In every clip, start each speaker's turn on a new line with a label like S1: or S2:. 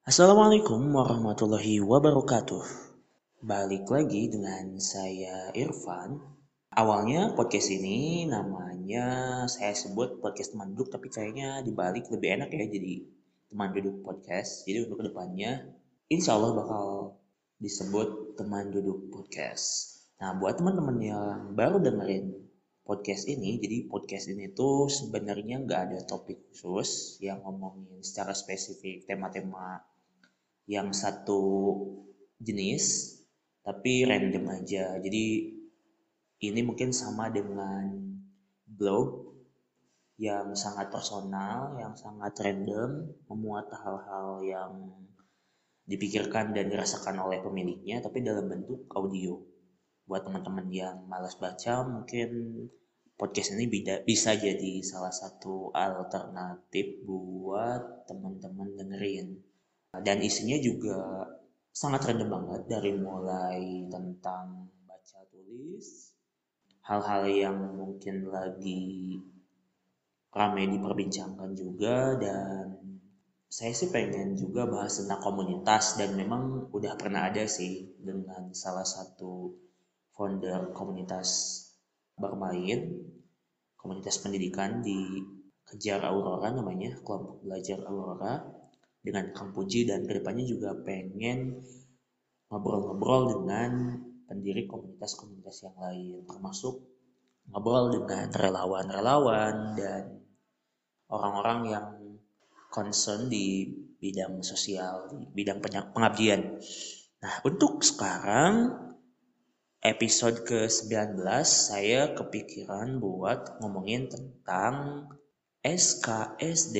S1: Assalamualaikum warahmatullahi wabarakatuh. Balik lagi dengan saya Irfan. Awalnya podcast ini namanya saya sebut podcast teman duduk, tapi kayaknya dibalik lebih enak ya jadi teman duduk podcast. Jadi untuk kedepannya insya Allah bakal disebut teman duduk podcast. Nah, buat teman-teman yang baru dengerin podcast ini, jadi podcast ini tuh sebenarnya nggak ada topik khusus yang ngomongin secara spesifik tema-tema yang satu jenis, tapi random aja. Jadi ini mungkin sama dengan blog yang sangat personal, yang sangat random, memuat hal-hal yang dipikirkan dan dirasakan oleh pemiliknya, tapi dalam bentuk audio. Buat teman-teman yang malas baca, mungkin podcast ini bisa jadi salah satu alternatif buat teman-teman dengerin. Dan isinya juga sangat random banget, dari mulai tentang baca tulis, hal-hal yang mungkin lagi ramai diperbincangkan juga, dan saya sih pengen juga bahas tentang komunitas, dan memang udah pernah ada sih dengan salah satu founder komunitas bermain, komunitas pendidikan di Kejar Aurora namanya, kelompok belajar Aurora, dengan Kang Puji, dan kedepannya juga pengen ngobrol-ngobrol dengan pendiri komunitas-komunitas yang lain, termasuk ngobrol dengan relawan-relawan dan orang-orang yang concern di bidang sosial, di bidang pengabdian. Nah, untuk sekarang episode ke-19 saya kepikiran buat ngomongin tentang SKSD.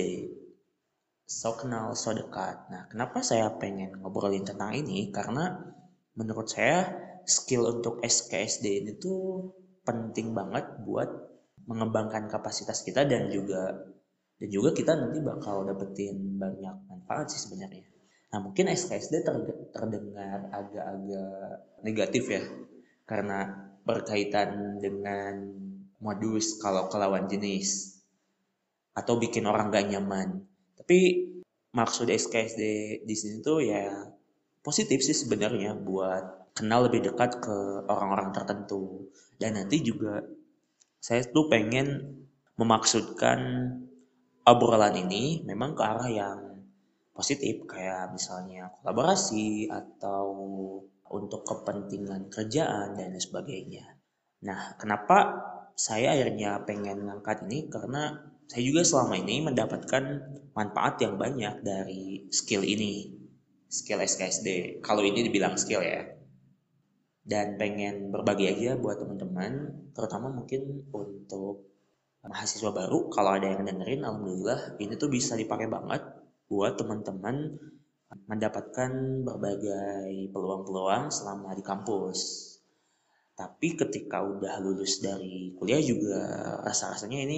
S1: So kenal, so dekat. Nah, kenapa saya pengen ngobrolin tentang ini? Karena menurut saya skill untuk SKSD ini tuh penting banget buat mengembangkan kapasitas kita, dan juga kita nanti bakal dapetin banyak manfaat sih sebenarnya. Nah, mungkin SKSD terdengar agak-agak negatif ya, karena berkaitan dengan modus kalau kelawan jenis atau bikin orang gak nyaman. Tapi maksud SKSD di sini tuh ya positif sih sebenarnya, buat kenal lebih dekat ke orang-orang tertentu. Dan nanti juga saya tuh pengen memaksudkan obrolan ini memang ke arah yang positif, kayak misalnya kolaborasi atau untuk kepentingan kerjaan dan lain sebagainya. Nah, kenapa saya akhirnya pengen ngangkat ini? Karena saya juga selama ini mendapatkan manfaat yang banyak dari skill ini, skill SKSD. Kalau ini dibilang skill ya. Dan pengen berbagi aja buat teman-teman, terutama mungkin untuk mahasiswa baru. Kalau ada yang dengerin, alhamdulillah ini tuh bisa dipakai banget buat teman-teman mendapatkan berbagai peluang-peluang selama di kampus. Tapi ketika udah lulus dari kuliah juga rasa-rasanya ini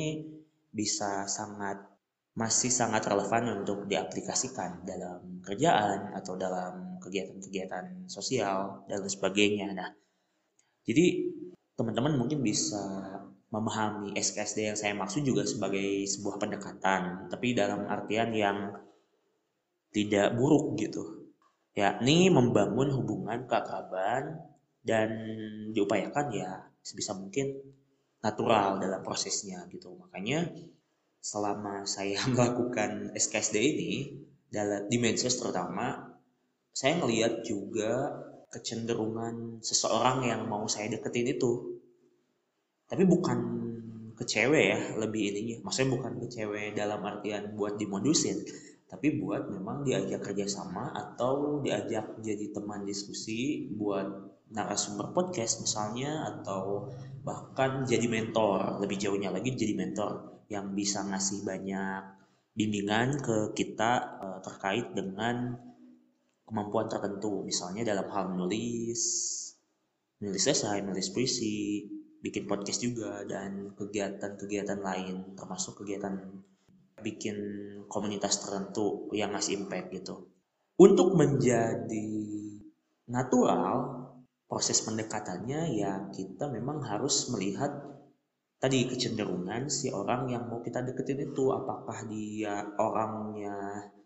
S1: masih sangat relevan untuk diaplikasikan dalam kerjaan atau dalam kegiatan-kegiatan sosial dan lain sebagainya. Nah, jadi teman-teman mungkin bisa memahami SKSD yang saya maksud juga sebagai sebuah pendekatan, tapi dalam artian yang tidak buruk gitu, yakni membangun hubungan keakraban dan diupayakan ya sebisa mungkin natural dalam prosesnya gitu. Makanya selama saya melakukan SKSD ini di medsos terutama, saya ngelihat juga kecenderungan seseorang yang mau saya deketin itu, tapi bukan ke cewek ya, lebih ininya, maksudnya bukan ke cewek dalam artian buat dimodusin, tapi buat memang diajak kerjasama atau diajak jadi teman diskusi buat narasumber podcast misalnya, atau bahkan jadi mentor, lebih jauhnya lagi jadi mentor yang bisa ngasih banyak bimbingan ke kita terkait dengan kemampuan tertentu, misalnya dalam hal nulis esai, nulis puisi, bikin podcast juga, dan kegiatan-kegiatan lain, termasuk kegiatan bikin komunitas tertentu yang ngasih impact gitu. Untuk menjadi natural proses pendekatannya, ya kita memang harus melihat tadi kecenderungan si orang yang mau kita deketin itu, apakah dia orangnya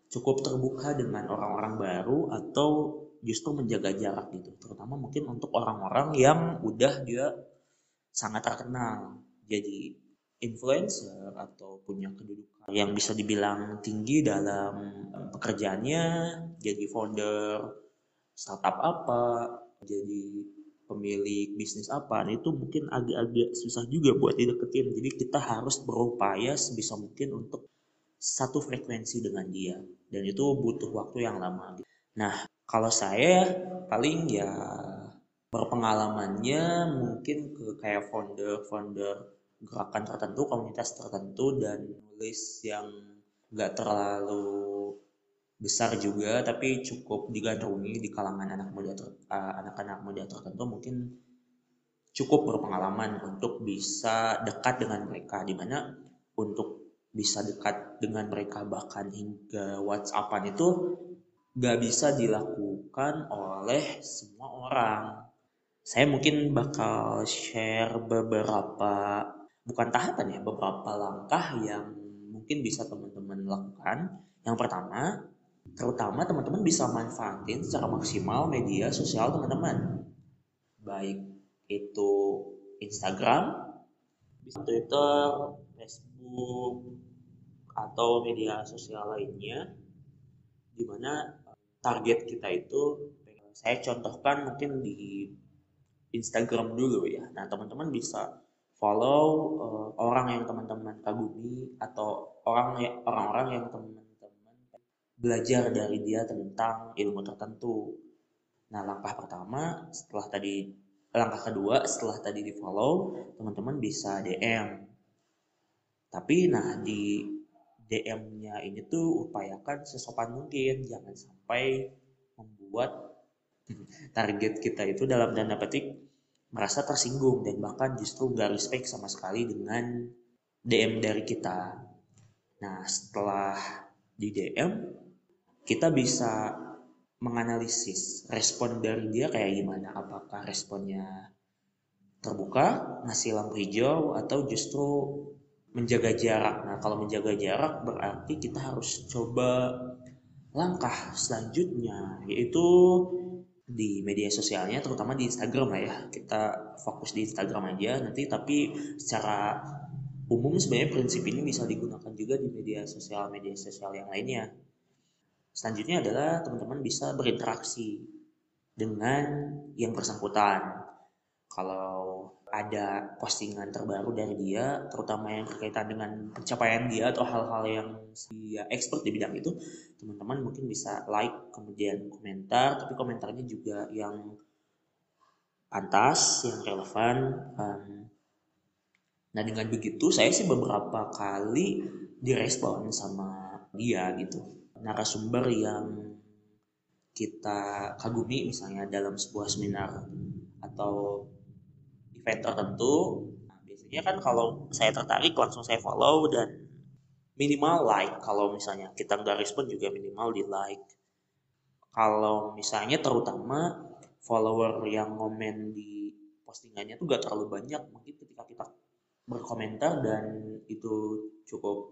S1: cukup terbuka dengan orang-orang baru atau justru menjaga jarak gitu. Terutama mungkin untuk orang-orang yang udah dia sangat terkenal jadi influencer atau punya kedudukan yang bisa dibilang tinggi dalam pekerjaannya, jadi founder startup apa, jadi pemilik bisnis apa. Nah, itu mungkin agak-agak susah juga buat dideketin. Jadi kita harus berupaya sebisa mungkin untuk satu frekuensi dengan dia, dan itu butuh waktu yang lama. Nah, kalau saya paling ya berpengalamannya mungkin ke kayak founder-founder gerakan tertentu, komunitas tertentu, dan nulis yang nggak terlalu besar juga tapi cukup digandrungi di kalangan anak-anak muda tertentu, mungkin cukup berpengalaman untuk bisa dekat dengan mereka, di mana untuk bisa dekat dengan mereka bahkan hingga WhatsAppan itu nggak bisa dilakukan oleh semua orang. Saya mungkin bakal share beberapa, bukan tahapan ya, beberapa langkah yang mungkin bisa teman-teman lakukan. Yang pertama, terutama teman-teman bisa manfaatin secara maksimal media sosial teman-teman. Baik itu Instagram, Twitter, Facebook, atau media sosial lainnya, di mana target kita itu, saya contohkan mungkin di Instagram dulu ya. Nah, teman-teman bisa follow orang yang teman-teman kagumi atau orang-orang yang teman-teman belajar dari dia tentang ilmu tertentu. Nah, langkah kedua setelah tadi di follow, teman-teman bisa DM. Tapi nah di DM-nya ini tuh upayakan sesopan mungkin, jangan sampai membuat target kita itu dalam tanda petik merasa tersinggung dan bahkan justru gak respect sama sekali dengan DM dari kita. Nah, setelah di DM, kita bisa menganalisis respon dari dia kayak gimana. Apakah responnya terbuka, ngasih lampu hijau, atau justru menjaga jarak. Nah, kalau menjaga jarak berarti kita harus coba langkah selanjutnya, yaitu di media sosialnya, terutama di Instagram lah ya. Kita fokus di Instagram aja nanti, tapi secara umum sebenarnya prinsip ini bisa digunakan juga di media sosial yang lainnya. Selanjutnya adalah teman-teman bisa berinteraksi dengan yang bersangkutan. Kalau ada postingan terbaru dari dia, terutama yang berkaitan dengan pencapaian dia atau hal-hal yang dia expert di bidang itu, teman-teman mungkin bisa like, kemudian komentar, tapi komentarnya juga yang pantas, yang relevan. Nah, dengan begitu saya sih beberapa kali direspon sama dia gitu. Narasumber yang kita kagumi misalnya dalam sebuah seminar atau event tertentu. Nah, biasanya kan kalau saya tertarik langsung saya follow dan minimal like. Kalau misalnya kita nggak respon juga minimal di like. Kalau misalnya terutama follower yang komen di postingannya tuh gak terlalu banyak, mungkin ketika kita berkomentar dan itu cukup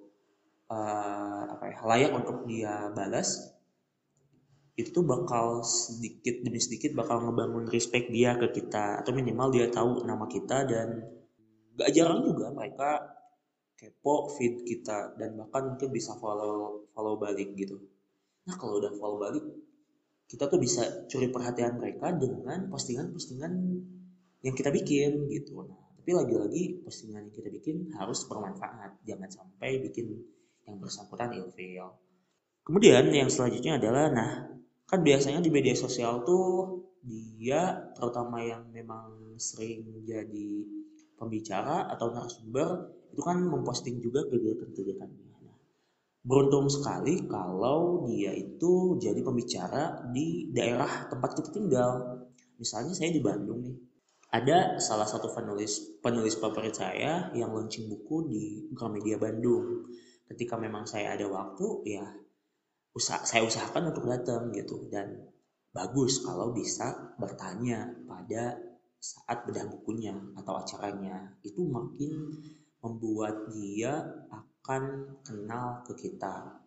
S1: layak untuk dia balas, itu tuh bakal sedikit demi sedikit bakal ngebangun respect dia ke kita, atau minimal dia tahu nama kita. Dan gak jarang juga mereka kepo feed kita dan bahkan mungkin bisa follow balik gitu. Nah, kalau udah follow balik, kita tuh bisa curi perhatian mereka dengan postingan-postingan yang kita bikin gitu. Nah, tapi lagi-lagi postingan yang kita bikin harus bermanfaat, jangan sampai bikin yang bersangkutan ilfeel. Kemudian yang selanjutnya adalah, nah kan biasanya di media sosial tuh dia, terutama yang memang sering jadi pembicara atau narasumber, itu kan memposting juga kegiatan-kegiatannya. Nah, beruntung sekali kalau dia itu jadi pembicara di daerah tempat kita tinggal. Misalnya saya di Bandung nih, ada salah satu penulis favorit saya yang launching buku di Gramedia Bandung. Ketika memang saya ada waktu, ya saya usahakan untuk datang gitu. Dan bagus kalau bisa bertanya pada saat bedah bukunya atau acaranya, itu makin membuat dia akan kenal ke kita.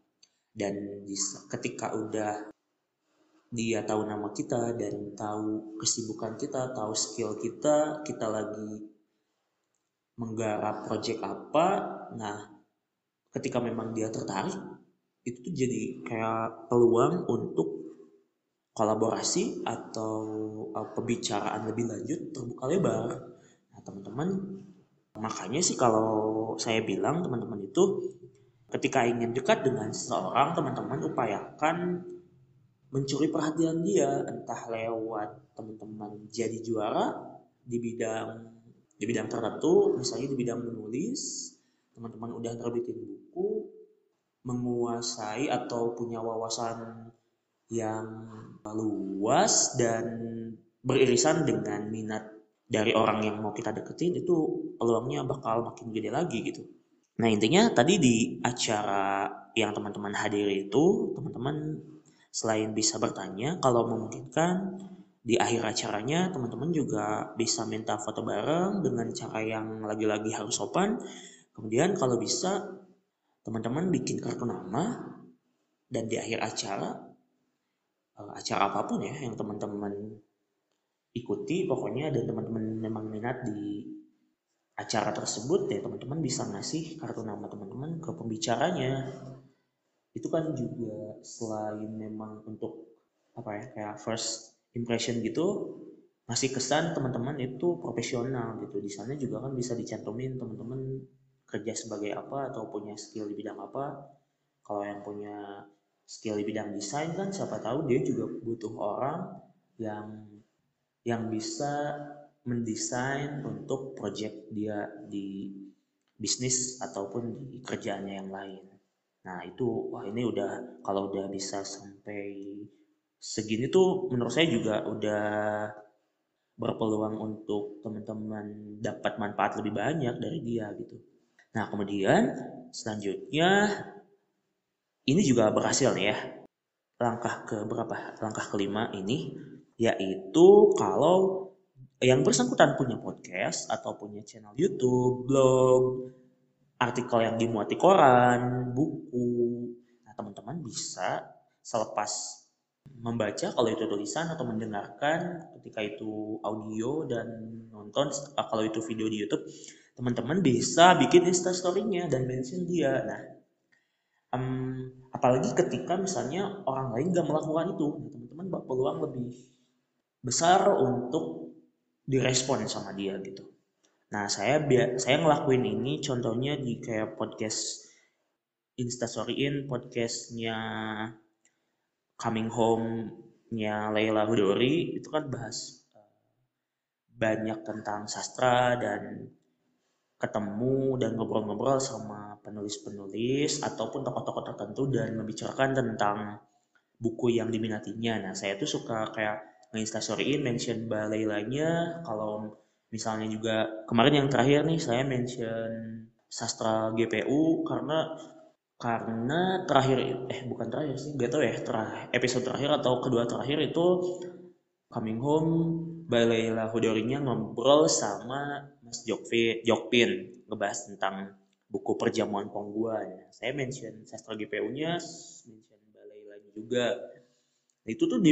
S1: Dan ketika udah dia tahu nama kita dan tahu kesibukan kita, tahu skill kita, kita lagi menggarap project apa, nah ketika memang dia tertarik, itu tuh jadi kayak peluang untuk kolaborasi atau pembicaraan lebih lanjut terbuka lebar. Nah teman-teman, makanya sih kalau saya bilang teman-teman itu ketika ingin dekat dengan seseorang, teman-teman upayakan mencuri perhatian dia, entah lewat teman-teman jadi juara di bidang tertentu, misalnya di bidang menulis, teman-teman udah terbitin buku, menguasai atau punya wawasan yang luas dan beririsan dengan minat dari orang yang mau kita deketin, itu peluangnya bakal makin gede lagi gitu. Nah intinya tadi di acara yang teman-teman hadiri itu, teman-teman selain bisa bertanya, kalau memungkinkan di akhir acaranya teman-teman juga bisa minta foto bareng dengan cara yang lagi-lagi harus sopan. Kemudian kalau bisa teman-teman bikin kartu nama, dan di akhir acara apapun ya yang teman-teman ikuti pokoknya, dan teman-teman memang minat di acara tersebut, ya teman-teman bisa ngasih kartu nama teman-teman ke pembicaranya. Itu kan juga selain memang untuk apa ya, kayak first impression gitu, ngasih kesan teman-teman itu profesional gitu. Di sana juga kan bisa dicantumin teman-teman kerja sebagai apa atau punya skill di bidang apa. Kalau yang punya skill di bidang desain kan siapa tahu dia juga butuh orang yang bisa mendesain untuk project dia di bisnis ataupun di kerjaannya yang lain. Nah itu, wah ini udah, kalau udah bisa sampai segini tuh menurut saya juga udah berpeluang untuk teman-teman dapat manfaat lebih banyak dari dia gitu. Nah kemudian selanjutnya ini juga berhasil nih ya. Langkah ke berapa? Langkah kelima ini yaitu kalau yang bersangkutan punya podcast atau punya channel YouTube, blog, artikel yang dimuat di koran, buku. Nah, teman-teman bisa selepas membaca kalau itu tulisan atau mendengarkan ketika itu audio, dan nonton kalau itu video di YouTube, teman-teman bisa bikin instastory-nya dan mention dia. Nah, apalagi ketika misalnya orang lain gak melakukan itu, nah, teman-teman berpeluang lebih besar untuk direspon sama dia gitu. Nah, saya ngelakuin ini contohnya di kayak podcast Instastoryin, podcastnya Coming Home-nya Leila Hudori, itu kan bahas banyak tentang sastra dan ketemu dan ngobrol-ngobrol sama penulis-penulis ataupun tokoh-tokoh tertentu dan membicarakan tentang buku yang diminatinya. Nah, saya tuh suka kayak nge-instastoryin, mention Mbak Leilanya. Kalau misalnya juga kemarin yang terakhir nih saya mention sastra GPU karena terakhir, bukan terakhir sih, gak tau ya, episode terakhir atau kedua terakhir itu Coming Home by Leila Hudorinya ngobrol sama Mas Jokpin ngebahas tentang buku Perjamuan Pongguan. Saya mention sastra GPU-nya, mention Mbak Leilanya juga. Itu tuh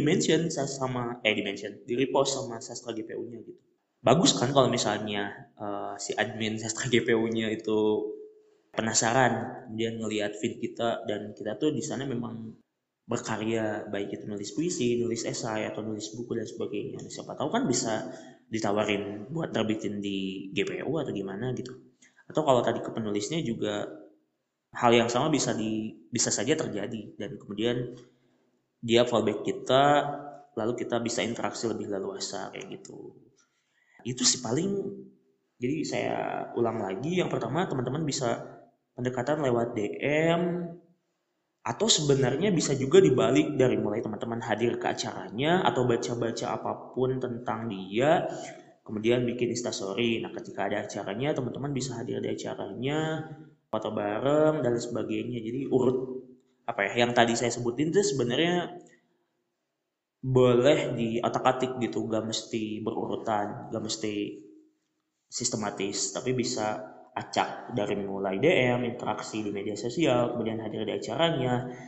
S1: di repost sama sastra GPU-nya gitu. Bagus kan kalau misalnya si admin sastra GPU-nya itu penasaran, kemudian ngelihat feed kita, dan kita tuh di sana memang berkarya, baik itu nulis puisi, nulis esai, atau nulis buku dan sebagainya. Siapa tahu kan bisa ditawarin buat terbitin di GPU atau gimana gitu. Atau kalau tadi ke penulisnya juga hal yang sama bisa saja terjadi, dan kemudian dia fallback kita, lalu kita bisa interaksi lebih leluasa kayak gitu. Itu sih paling. Jadi saya ulang lagi, yang pertama teman-teman bisa pendekatan lewat DM, atau sebenarnya bisa juga dibalik, dari mulai teman-teman hadir ke acaranya atau baca-baca apapun tentang dia, kemudian bikin instastory. Nah ketika ada acaranya teman-teman bisa hadir di acaranya, foto bareng dan sebagainya. Jadi urut apa ya yang tadi saya sebutin itu sebenarnya boleh di otak-atik gitu, gak mesti berurutan, gak mesti sistematis, tapi bisa acak dari mulai DM, interaksi di media sosial, kemudian hadir di acaranya,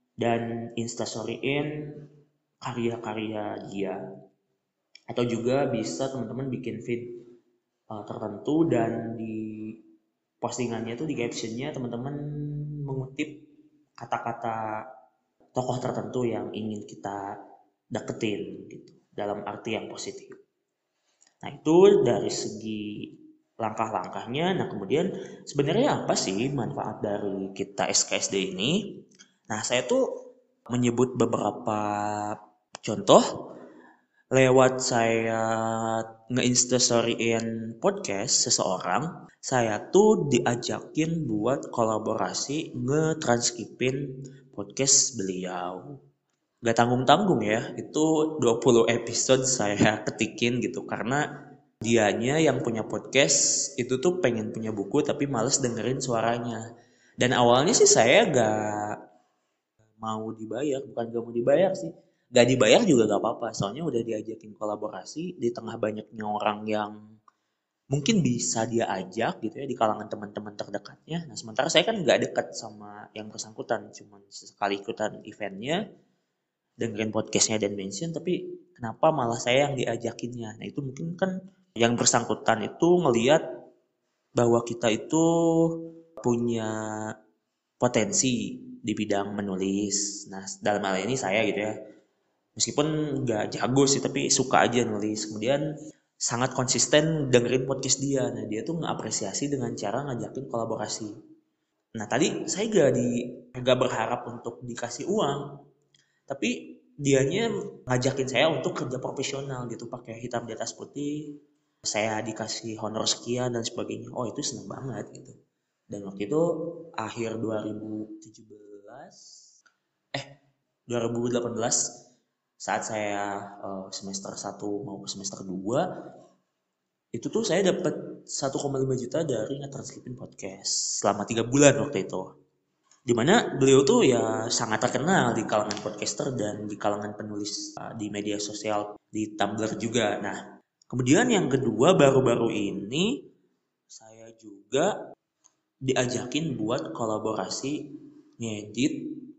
S1: dan instastoryin karya-karya dia, atau juga bisa teman-teman bikin feed tertentu dan di postingannya tuh di captionnya teman-teman mengutip kata-kata tokoh tertentu yang ingin kita deketin gitu dalam arti yang positif. Nah, itu dari segi langkah-langkahnya. Nah, kemudian sebenarnya apa sih manfaat dari kita SKSD ini? Nah, saya tuh menyebut beberapa contoh lewat saya nge-instastoryin podcast seseorang. Saya tuh diajakin buat kolaborasi nge-transkripin podcast beliau. Gak tanggung-tanggung ya, itu 20 episode saya ketikin gitu, karena dianya yang punya podcast itu tuh pengen punya buku tapi males dengerin suaranya. Dan awalnya sih saya gak mau dibayar, bukan gak mau dibayar sih, gak dibayar juga gak apa-apa, soalnya udah diajakin kolaborasi di tengah banyaknya orang yang mungkin bisa dia ajak gitu ya di kalangan teman-teman terdekatnya. Nah, sementara saya kan gak dekat sama yang bersangkutan, cuman sekali ikutan eventnya, dengerin podcastnya dan mention, tapi kenapa malah saya yang diajakinnya. Nah, itu mungkin kan yang bersangkutan itu ngelihat bahwa kita itu punya potensi di bidang menulis. Nah, dalam hal ini saya gitu ya, meskipun nggak jago sih tapi suka aja nulis. Kemudian sangat konsisten dengerin podcast dia. Nah, dia tuh ngapresiasi dengan cara ngajakin kolaborasi. Nah, tadi saya gak berharap untuk dikasih uang, tapi dianya ngajakin saya untuk kerja profesional gitu, pakai hitam di atas putih, saya dikasih honor sekian dan sebagainya. Oh, itu seneng banget gitu. Dan waktu itu akhir 2017, 2018, saat saya semester 1 mau ke semester 2, itu tuh saya dapat 1,5 juta dari ngetranskripin podcast selama 3 bulan waktu itu. Dimana beliau tuh ya sangat terkenal di kalangan podcaster dan di kalangan penulis di media sosial, di Tumblr juga. Nah, kemudian yang kedua, baru-baru ini saya juga diajakin buat kolaborasi ngedit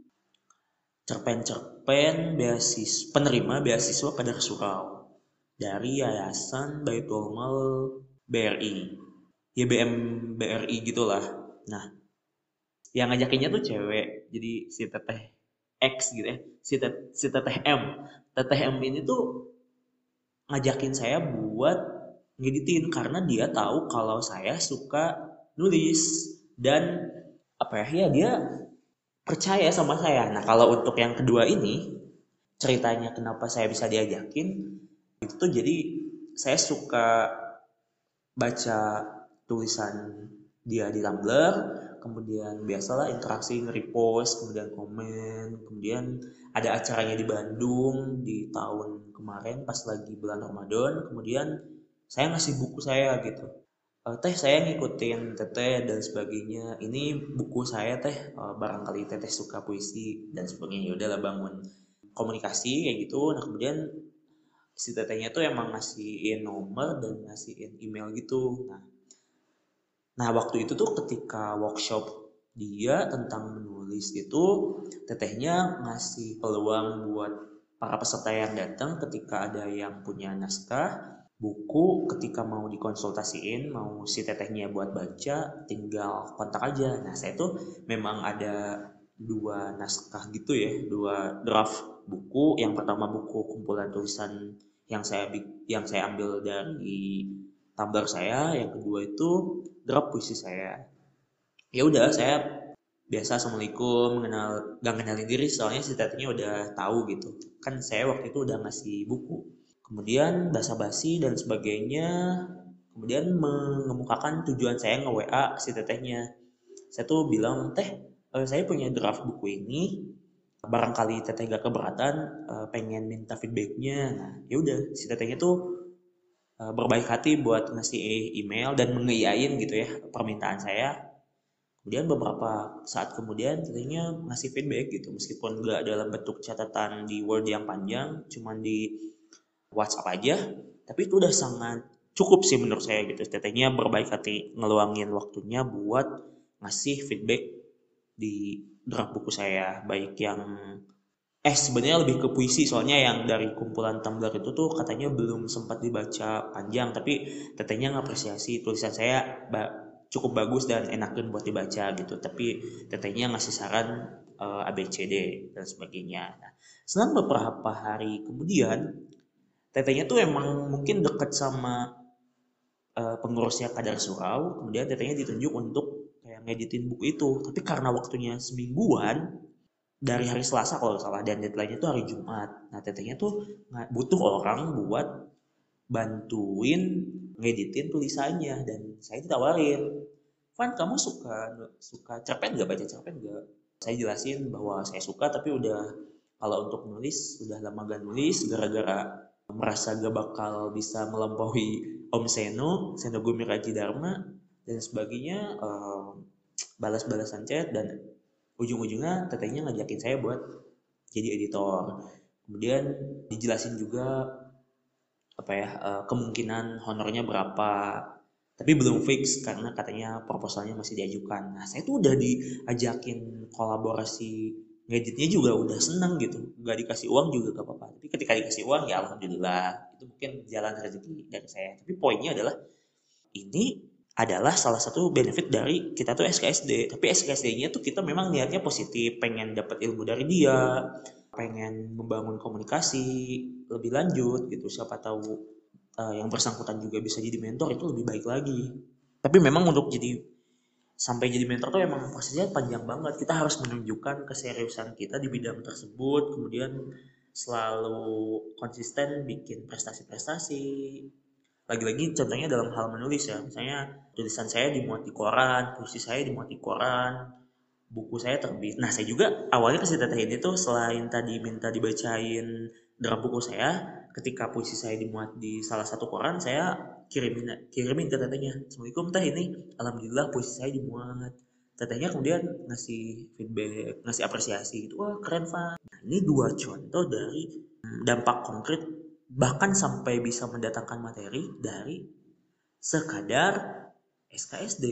S1: cerpen-cerpen penerima beasiswa Kadar Surau dari Yayasan Baitul Mal BRI, YBM BRI gitulah. Nah, yang ngajakinnya tuh cewek, jadi si Teteh X gitu ya, si Teteh M. Teteh M ini tuh ngajakin saya buat ngeditin karena dia tahu kalau saya suka nulis dan apa ya, dia percaya sama saya. Nah, kalau untuk yang kedua ini, ceritanya kenapa saya bisa diajakin itu tuh, jadi saya suka baca tulisan dia di Tumblr, kemudian biasalah interaksi, nge-repost, kemudian komen, kemudian ada acaranya di Bandung di tahun kemarin pas lagi bulan Ramadan, kemudian saya ngasih buku saya gitu. Teh, saya ngikutin teteh dan sebagainya, ini buku saya teh, barangkali teteh suka puisi dan sebagainya. Ya udahlah, bangun komunikasi kayak gitu. Nah, kemudian si tetehnya tuh emang ngasihin nomor dan ngasihin email gitu. Nah, waktu itu tuh ketika workshop dia tentang menulis itu, tetehnya ngasih peluang buat para peserta yang datang ketika ada yang punya naskah buku, ketika mau dikonsultasiin, mau si tetehnya buat baca, tinggal kontak aja. Nah, saya tuh memang ada 2 naskah gitu ya, 2 draft buku. Yang pertama buku kumpulan tulisan yang saya ambil dari Tumblr saya, yang kedua itu draft puisi saya. Ya udah, saya biasa assalamualaikum, gak kenalin diri soalnya si tetehnya udah tahu gitu. Kan saya waktu itu udah ngasih buku. Kemudian basa-basi dan sebagainya. Kemudian mengemukakan tujuan saya nge-WA si tetehnya. Saya tuh bilang, "Teh, saya punya draft buku ini. Barangkali teteh gak keberatan, pengen minta feedbacknya." Nah, ya udah, si tetehnya tuh berbaik hati buat ngasih email dan mengiyain gitu ya permintaan saya. Kemudian beberapa saat kemudian tentunya ngasih feedback gitu, meskipun gak dalam bentuk catatan di Word yang panjang, cuman di WhatsApp aja, tapi itu udah sangat cukup sih menurut saya gitu. Tetehnya berbaik hati ngeluangin waktunya buat ngasih feedback di draft buku saya, baik yang sebenarnya lebih ke puisi, soalnya yang dari kumpulan Tumblr itu tuh katanya belum sempat dibaca panjang, tapi tetehnya ngapresiasi tulisan saya cukup bagus dan enakin buat dibaca gitu, tapi tetehnya ngasih saran ABCD dan sebagainya. Nah, selang beberapa hari kemudian tetehnya tuh emang mungkin deket sama pengurusnya Kadar Surau, kemudian tetehnya ditunjuk untuk kayak ngeditin buku itu, tapi karena waktunya semingguan dari hari Selasa kalau nggak salah, dan deadline-nya tuh hari Jumat. Nah, tetehnya tuh butuh orang buat bantuin ngeditin tulisannya, dan saya ditawarin, Van, kamu suka cerpen nggak, baca cerpen nggak? Saya jelasin bahwa saya suka, tapi udah kalau untuk nulis udah lama gak nulis gara-gara merasa gak bakal bisa melampaui Om Seno Gumi Raji Dharma dan sebagainya, balas-balasan chat, dan ujung-ujungnya tetehnya ngajakin saya buat jadi editor. Kemudian dijelasin juga kemungkinan honornya berapa, tapi belum fix karena katanya proposalnya masih diajukan. Nah, saya tuh udah diajakin kolaborasi ngeditnya juga udah seneng gitu, nggak dikasih uang juga gak apa-apa, tapi ketika dikasih uang ya alhamdulillah, itu mungkin jalan rezeki dari saya. Tapi poinnya adalah ini adalah salah satu benefit dari kita tuh SKSD. Tapi SKSD-nya tuh kita memang niatnya positif, pengen dapat ilmu dari dia, pengen membangun komunikasi lebih lanjut gitu. Siapa tahu yang bersangkutan juga bisa jadi mentor, itu lebih baik lagi. Tapi memang untuk sampai jadi mentor tuh emang prosesnya panjang banget. Kita harus menunjukkan keseriusan kita di bidang tersebut, kemudian selalu konsisten bikin prestasi-prestasi. Lagi-lagi contohnya dalam hal menulis ya, misalnya tulisan saya dimuat di koran, puisi saya dimuat di koran, buku saya terbit. Nah, saya juga awalnya ke si teteh ini tuh selain tadi minta dibacain draft buku saya, ketika puisi saya dimuat di salah satu koran, saya kirimin ke tetehnya, Assalamualaikum teh, ini alhamdulillah puisi saya dimuat. Tetehnya kemudian ngasih feedback, ngasih apresiasi gitu, wah keren Pak. Nah, ini dua contoh dari dampak konkret, bahkan sampai bisa mendatangkan materi dari sekadar SKSD.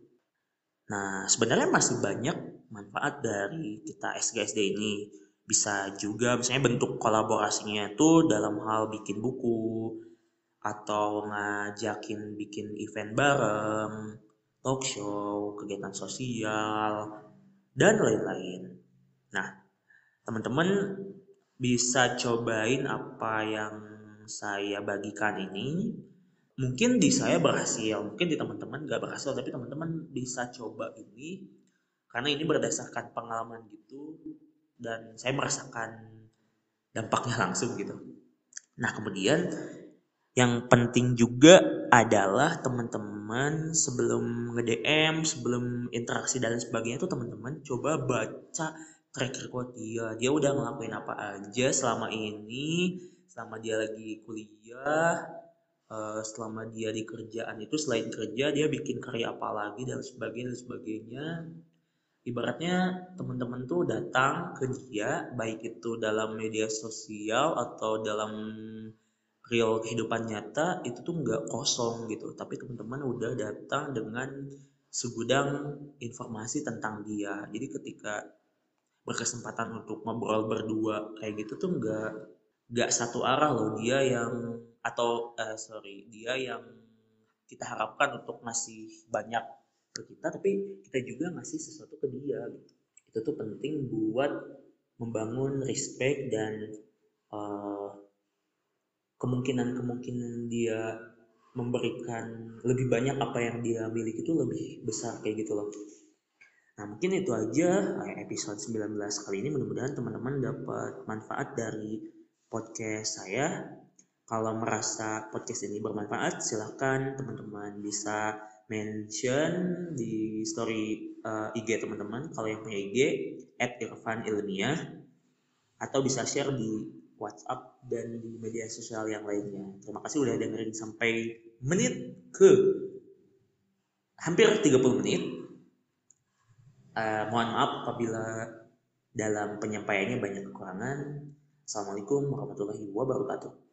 S1: Nah, sebenarnya masih banyak manfaat dari kita SKSD ini. Bisa juga misalnya bentuk kolaborasinya itu dalam hal bikin buku, atau ngajakin bikin event bareng, talk show, kegiatan sosial, dan lain-lain. Nah, teman-teman bisa cobain apa yang saya bagikan ini. Mungkin di saya berhasil, mungkin di teman-teman gak berhasil, tapi teman-teman bisa coba ini karena ini berdasarkan pengalaman gitu, dan saya merasakan dampaknya langsung gitu. Nah, kemudian yang penting juga adalah teman-teman sebelum nge-DM, sebelum interaksi dan sebagainya tuh teman-teman coba baca track record dia. Dia udah ngelakuin apa aja selama ini, selama dia lagi kuliah, selama dia di kerjaan itu, selain kerja dia bikin karya apa lagi dan sebagainya. Ibaratnya teman-teman tuh datang ke dia, baik itu dalam media sosial atau dalam real kehidupan nyata, itu tuh nggak kosong gitu, tapi teman-teman udah datang dengan segudang informasi tentang dia. Jadi ketika berkesempatan untuk ngobrol berdua kayak gitu tuh nggak satu arah loh, dia yang kita harapkan untuk ngasih banyak ke kita, tapi kita juga ngasih sesuatu ke dia gitu. Itu tuh penting buat membangun respect dan kemungkinan dia memberikan lebih banyak apa yang dia miliki itu lebih besar kayak gitu loh. Nah, mungkin itu aja episode 19 kali ini. Mudah-mudahan teman-teman dapat manfaat dari podcast saya. Kalau merasa podcast ini bermanfaat, silahkan teman-teman bisa mention di story IG teman-teman. Kalau yang punya IG, @irfanilmiah, atau bisa share di WhatsApp dan di media sosial yang lainnya. Terima kasih udah dengerin sampai menit ke hampir 30 menit. Mohon maaf apabila dalam penyampaiannya banyak kekurangan. Assalamualaikum warahmatullahi wabarakatuh.